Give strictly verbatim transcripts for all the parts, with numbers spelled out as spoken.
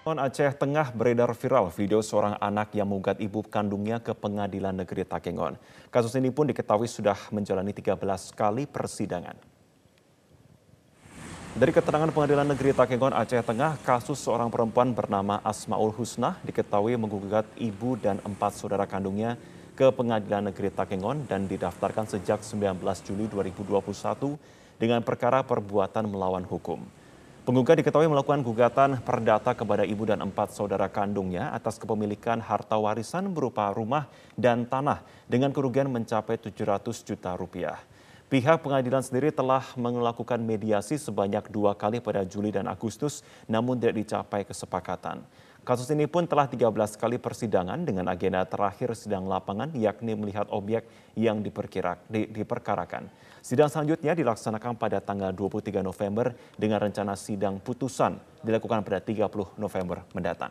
Aceh Tengah beredar viral video seorang anak yang menggugat ibu kandungnya ke Pengadilan Negeri Takengon. Kasus ini pun diketahui sudah menjalani tiga belas kali persidangan. Dari keterangan Pengadilan Negeri Takengon Aceh Tengah, kasus seorang perempuan bernama Asmaul Husnah diketahui menggugat ibu dan empat saudara kandungnya ke Pengadilan Negeri Takengon dan didaftarkan sejak sembilan belas Juli dua ribu dua puluh satu dengan perkara perbuatan melawan hukum. Penggugat diketahui melakukan gugatan perdata kepada ibu dan empat saudara kandungnya atas kepemilikan harta warisan berupa rumah dan tanah dengan kerugian mencapai tujuh ratus juta rupiah. Pihak pengadilan sendiri telah melakukan mediasi sebanyak dua kali pada Juli dan Agustus, namun tidak dicapai kesepakatan. Kasus ini pun telah tiga belas kali persidangan dengan agenda terakhir sidang lapangan, yakni melihat objek yang diperkira, di, diperkarakan. Sidang selanjutnya dilaksanakan pada tanggal dua puluh tiga November dengan rencana sidang putusan dilakukan pada tiga puluh November mendatang.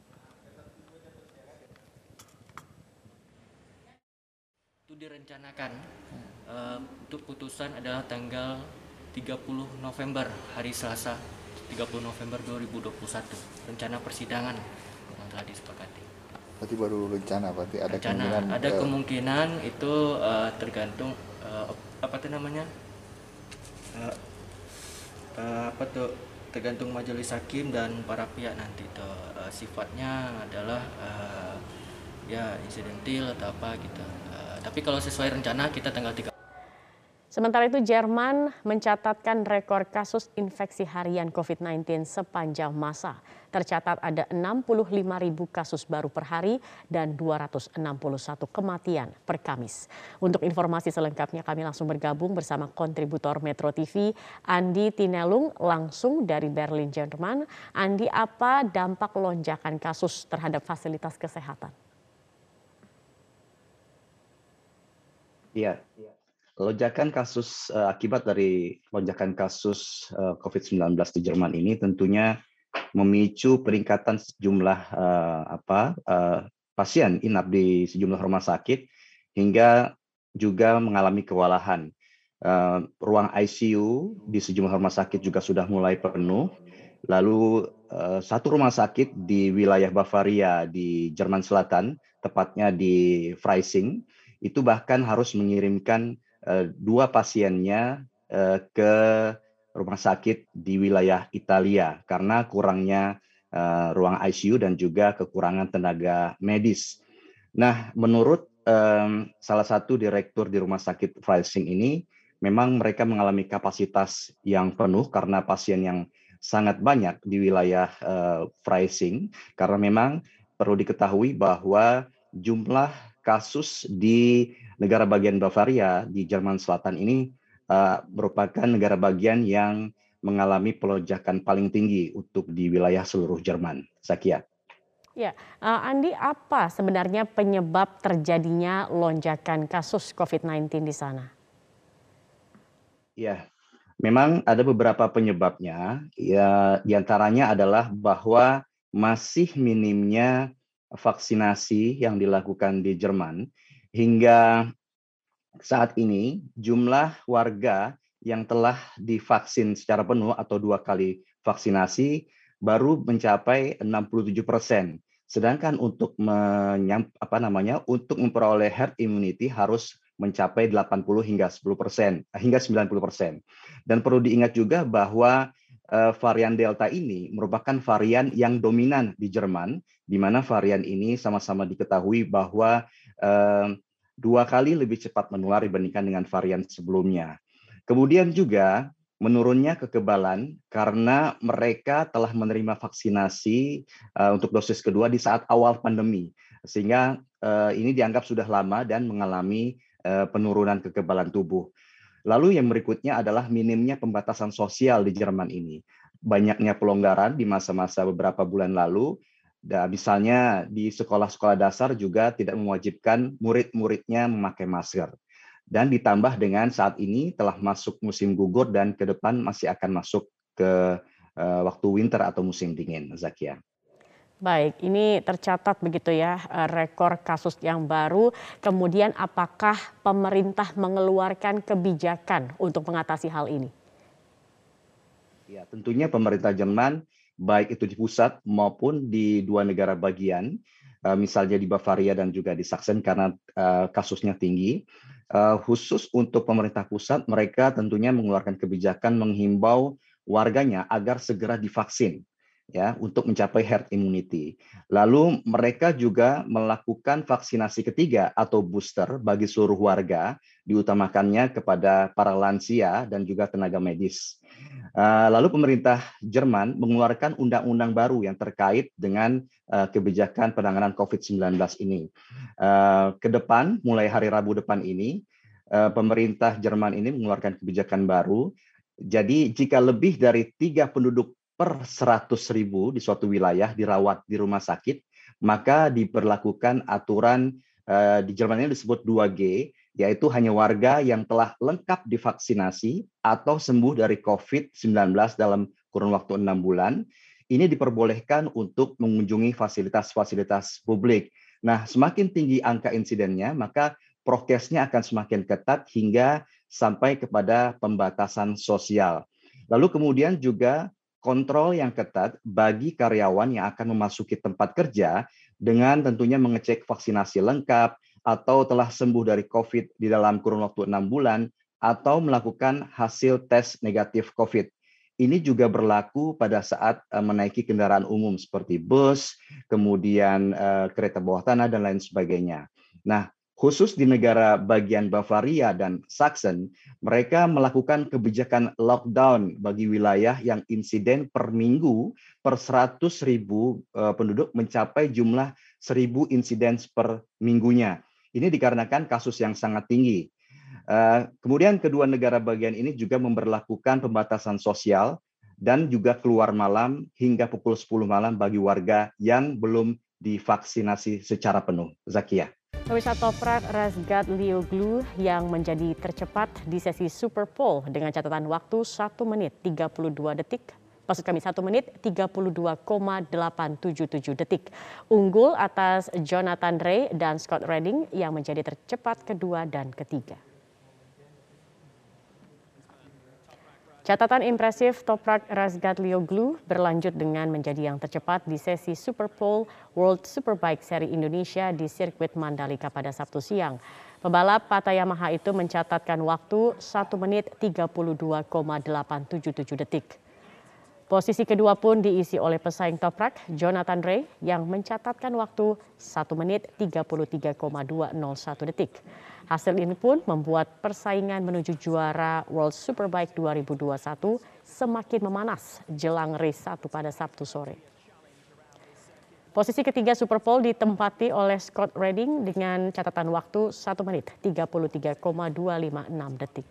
Itu direncanakan uh, untuk putusan adalah tanggal tiga puluh November, hari Selasa, tiga puluh November dua ribu dua puluh satu. Rencana persidangan yang telah disepakati. Berarti baru rencana, berarti ada rencana, kemungkinan ada uh, kemungkinan itu uh, tergantung uh, apa tuh namanya uh, uh, apa tuh tergantung majelis hakim dan para pihak nanti tuh uh, sifatnya adalah uh, ya insidentil atau apa gitu. Uh, tapi kalau sesuai rencana kita tanggal tiga. Sementara itu Jerman mencatatkan rekor kasus infeksi harian covid sembilan belas sepanjang masa. Tercatat ada enam puluh lima ribu kasus baru per hari dan dua ratus enam puluh satu kematian per Kamis. Untuk informasi selengkapnya kami langsung bergabung bersama kontributor Metro T V Andi Tinelung langsung dari Berlin, Jerman. Andi, apa dampak lonjakan kasus terhadap fasilitas kesehatan? Iya. Lonjakan kasus uh, akibat dari lonjakan kasus uh, covid sembilan belas di Jerman ini tentunya memicu peningkatan sejumlah uh, apa uh, pasien inap di sejumlah rumah sakit hingga juga mengalami kewalahan. Uh, ruang I C U di sejumlah rumah sakit juga sudah mulai penuh. Lalu uh, satu rumah sakit di wilayah Bavaria di Jerman Selatan, tepatnya di Freising, itu bahkan harus mengirimkan Uh, dua pasiennya uh, ke rumah sakit di wilayah Italia karena kurangnya uh, ruang I C U dan juga kekurangan tenaga medis. Nah, menurut um, salah satu direktur di rumah sakit Freising ini, memang mereka mengalami kapasitas yang penuh karena pasien yang sangat banyak di wilayah uh, Freising, karena memang perlu diketahui bahwa jumlah kasus di negara bagian Bavaria di Jerman Selatan ini uh, merupakan negara bagian yang mengalami pelonjakan paling tinggi untuk di wilayah seluruh Jerman. Zakia. Ya, uh, Andi, apa sebenarnya penyebab terjadinya lonjakan kasus covid sembilan belas di sana? Ya, memang ada beberapa penyebabnya. Ya, diantaranya adalah bahwa masih minimnya vaksinasi yang dilakukan di Jerman hingga saat ini jumlah warga yang telah divaksin secara penuh atau dua kali vaksinasi baru mencapai enam puluh tujuh persen. Sedangkan untuk menyam, apa namanya untuk memperoleh herd immunity harus mencapai delapan puluh hingga sepuluh persen hingga sembilan puluh persen. Dan perlu diingat juga bahwa uh, varian Delta ini merupakan varian yang dominan di Jerman, di mana varian ini sama-sama diketahui bahwa uh, dua kali lebih cepat menular dibandingkan dengan varian sebelumnya. Kemudian juga menurunnya kekebalan karena mereka telah menerima vaksinasi uh, untuk dosis kedua di saat awal pandemi, sehingga uh, ini dianggap sudah lama dan mengalami uh, penurunan kekebalan tubuh. Lalu yang berikutnya adalah minimnya pembatasan sosial di Jerman ini. Banyaknya pelonggaran di masa-masa beberapa bulan lalu, dan misalnya di sekolah-sekolah dasar juga tidak mewajibkan murid-muridnya memakai masker. Dan ditambah dengan saat ini telah masuk musim gugur dan ke depan masih akan masuk ke uh, waktu winter atau musim dingin, Zakia. Baik, ini tercatat begitu ya rekor kasus yang baru. Kemudian apakah pemerintah mengeluarkan kebijakan untuk mengatasi hal ini? Ya, tentunya pemerintah Jerman baik itu di pusat maupun di dua negara bagian, uh, misalnya di Bavaria dan juga di Sachsen karena uh, kasusnya tinggi. Uh, khusus untuk pemerintah pusat, mereka tentunya mengeluarkan kebijakan menghimbau warganya agar segera divaksin, ya, untuk mencapai herd immunity. Lalu mereka juga melakukan vaksinasi ketiga atau booster bagi seluruh warga, diutamakannya kepada para lansia dan juga tenaga medis. Uh, lalu pemerintah Jerman mengeluarkan undang-undang baru yang terkait dengan uh, kebijakan penanganan covid sembilan belas ini. Uh, ke depan, mulai hari Rabu depan ini, uh, pemerintah Jerman ini mengeluarkan kebijakan baru. Jadi jika lebih dari tiga penduduk per seratus ribu di suatu wilayah dirawat di rumah sakit, maka diberlakukan aturan uh, di Jerman ini disebut dua G, yaitu hanya warga yang telah lengkap divaksinasi atau sembuh dari covid sembilan belas dalam kurun waktu enam bulan, ini diperbolehkan untuk mengunjungi fasilitas-fasilitas publik. Nah, semakin tinggi angka insidennya, maka prokesnya akan semakin ketat hingga sampai kepada pembatasan sosial. Lalu kemudian juga kontrol yang ketat bagi karyawan yang akan memasuki tempat kerja dengan tentunya mengecek vaksinasi lengkap, atau telah sembuh dari COVID di dalam kurun waktu enam bulan, atau melakukan hasil tes negatif COVID. Ini juga berlaku pada saat uh, menaiki kendaraan umum seperti bus, kemudian uh, kereta bawah tanah, dan lain sebagainya. Nah, khusus di negara bagian Bavaria dan Sachsen, mereka melakukan kebijakan lockdown bagi wilayah yang insiden per minggu per seratus ribu uh, penduduk mencapai jumlah seribu insiden per minggunya. Ini dikarenakan kasus yang sangat tinggi. Uh, kemudian kedua negara bagian ini juga memberlakukan pembatasan sosial dan juga keluar malam hingga pukul sepuluh malam bagi warga yang belum divaksinasi secara penuh. Zakia. Pemirsa, Toprak Razgatlioglu yang menjadi tercepat di sesi Super Pole dengan catatan waktu satu menit tiga puluh dua detik. Maksud kami satu menit tiga puluh dua koma delapan tujuh tujuh detik. Unggul atas Jonathan Rea dan Scott Redding yang menjadi tercepat kedua dan ketiga. Catatan impresif Toprak Razgatlioglu berlanjut dengan menjadi yang tercepat di sesi Super Pole World Superbike Seri Indonesia di sirkuit Mandalika pada Sabtu siang. Pembalap Pata Yamaha itu mencatatkan waktu satu menit tiga puluh dua koma delapan tujuh tujuh detik. Posisi kedua pun diisi oleh pesaing Toprak, Jonathan Rea, yang mencatatkan waktu satu menit tiga puluh tiga koma dua nol satu detik. Hasil ini pun membuat persaingan menuju juara World Superbike dua ribu dua puluh satu semakin memanas jelang race satu pada Sabtu sore. Posisi ketiga Super Pole ditempati oleh Scott Redding dengan catatan waktu satu menit tiga puluh tiga koma dua lima enam detik.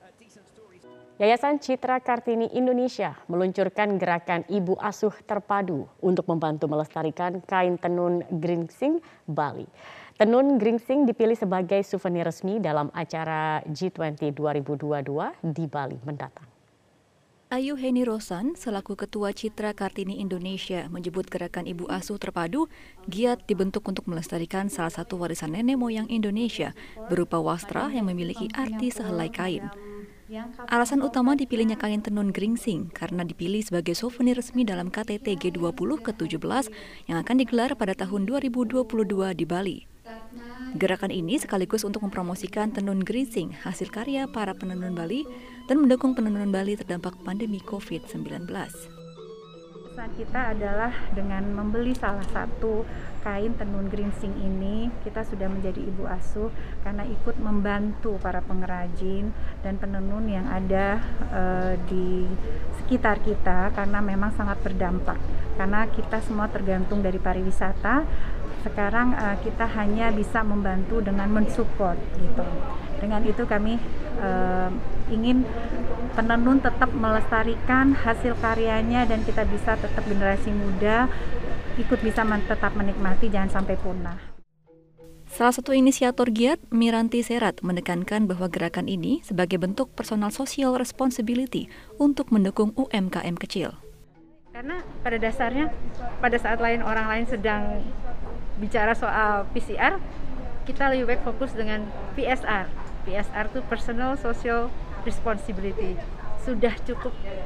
Yayasan Citra Kartini Indonesia meluncurkan gerakan Ibu Asuh Terpadu untuk membantu melestarikan kain tenun geringsing Bali. Tenun geringsing dipilih sebagai souvenir resmi dalam acara G dua puluh dua ribu dua puluh dua di Bali mendatang. Ayu Heni Rosan, selaku Ketua Citra Kartini Indonesia, menyebut gerakan Ibu Asuh Terpadu giat dibentuk untuk melestarikan salah satu warisan nenek moyang Indonesia berupa wastra yang memiliki arti sehelai kain. Alasan utama dipilihnya kain tenun geringsing karena dipilih sebagai souvenir resmi dalam K T T G dua puluh ke tujuh belas yang akan digelar pada tahun dua ribu dua puluh dua di Bali. Gerakan ini sekaligus untuk mempromosikan tenun geringsing hasil karya para penenun Bali dan mendukung penenun Bali terdampak pandemi covid sembilan belas. Pesan kita adalah dengan membeli salah satu kain tenun geringsing ini, kita sudah menjadi ibu asuh karena ikut membantu para pengrajin dan penenun yang ada uh, di sekitar kita karena memang sangat berdampak. Karena kita semua tergantung dari pariwisata, sekarang uh, kita hanya bisa membantu dengan mensupport gitu. Dengan itu kami uh, ingin penenun tetap melestarikan hasil karyanya dan kita bisa tetap generasi muda ikut bisa men- tetap menikmati, jangan sampai punah. Salah satu inisiator giat, Miranti Serat, menekankan bahwa gerakan ini sebagai bentuk personal social responsibility untuk mendukung U M K M kecil. Karena pada dasarnya pada saat lain orang lain sedang bicara soal P C R, kita lebih baik fokus dengan P S R. P S R itu personal social responsibility. Sudah cukup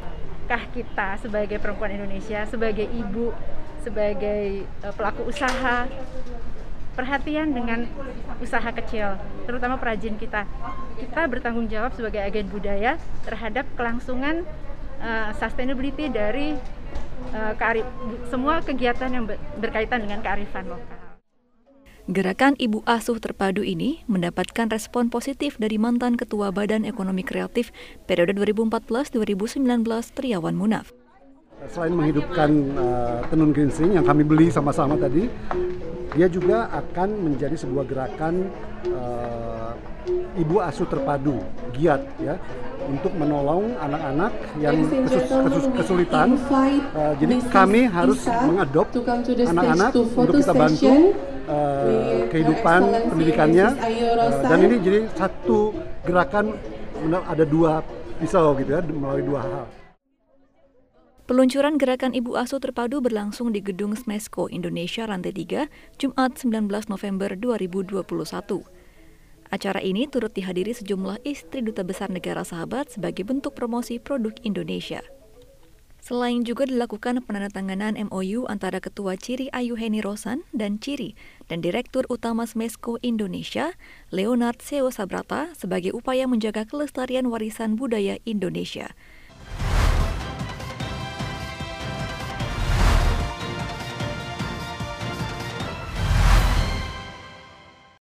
langkah kita sebagai perempuan Indonesia, sebagai ibu, sebagai uh, pelaku usaha, perhatian dengan usaha kecil, terutama perajin kita. Kita bertanggung jawab sebagai agen budaya terhadap kelangsungan uh, sustainability dari uh, kearif- semua kegiatan yang berkaitan dengan kearifan lokal. Gerakan Ibu Asuh Terpadu ini mendapatkan respon positif dari mantan Ketua Badan Ekonomi Kreatif periode dua ribu empat belas sampai dua ribu sembilan belas, Triawan Munaf. Selain menghidupkan uh, tenun geringsing yang kami beli sama-sama tadi, dia juga akan menjadi sebuah gerakan uh, Ibu Asuh Terpadu, giat ya, untuk menolong anak-anak yang kesus, kesus, kesulitan. Uh, jadi kami harus mengadop anak-anak untuk kita bantu uh, kehidupan pendidikannya, uh, dan ini jadi satu gerakan, ada dua pisau gitu ya, melalui dua hal. Peluncuran gerakan Ibu Asuh Terpadu berlangsung di Gedung Smesco Indonesia Lantai tiga, Jumat sembilan belas November dua ribu dua puluh satu. Acara ini turut dihadiri sejumlah istri duta besar negara sahabat sebagai bentuk promosi produk Indonesia. Selain juga dilakukan penandatanganan M O U antara Ketua Ciri Ayu Henirosan dan Ciri dan Direktur Utama Smesco Indonesia, Leonard Seo Sabrata, sebagai upaya menjaga kelestarian warisan budaya Indonesia.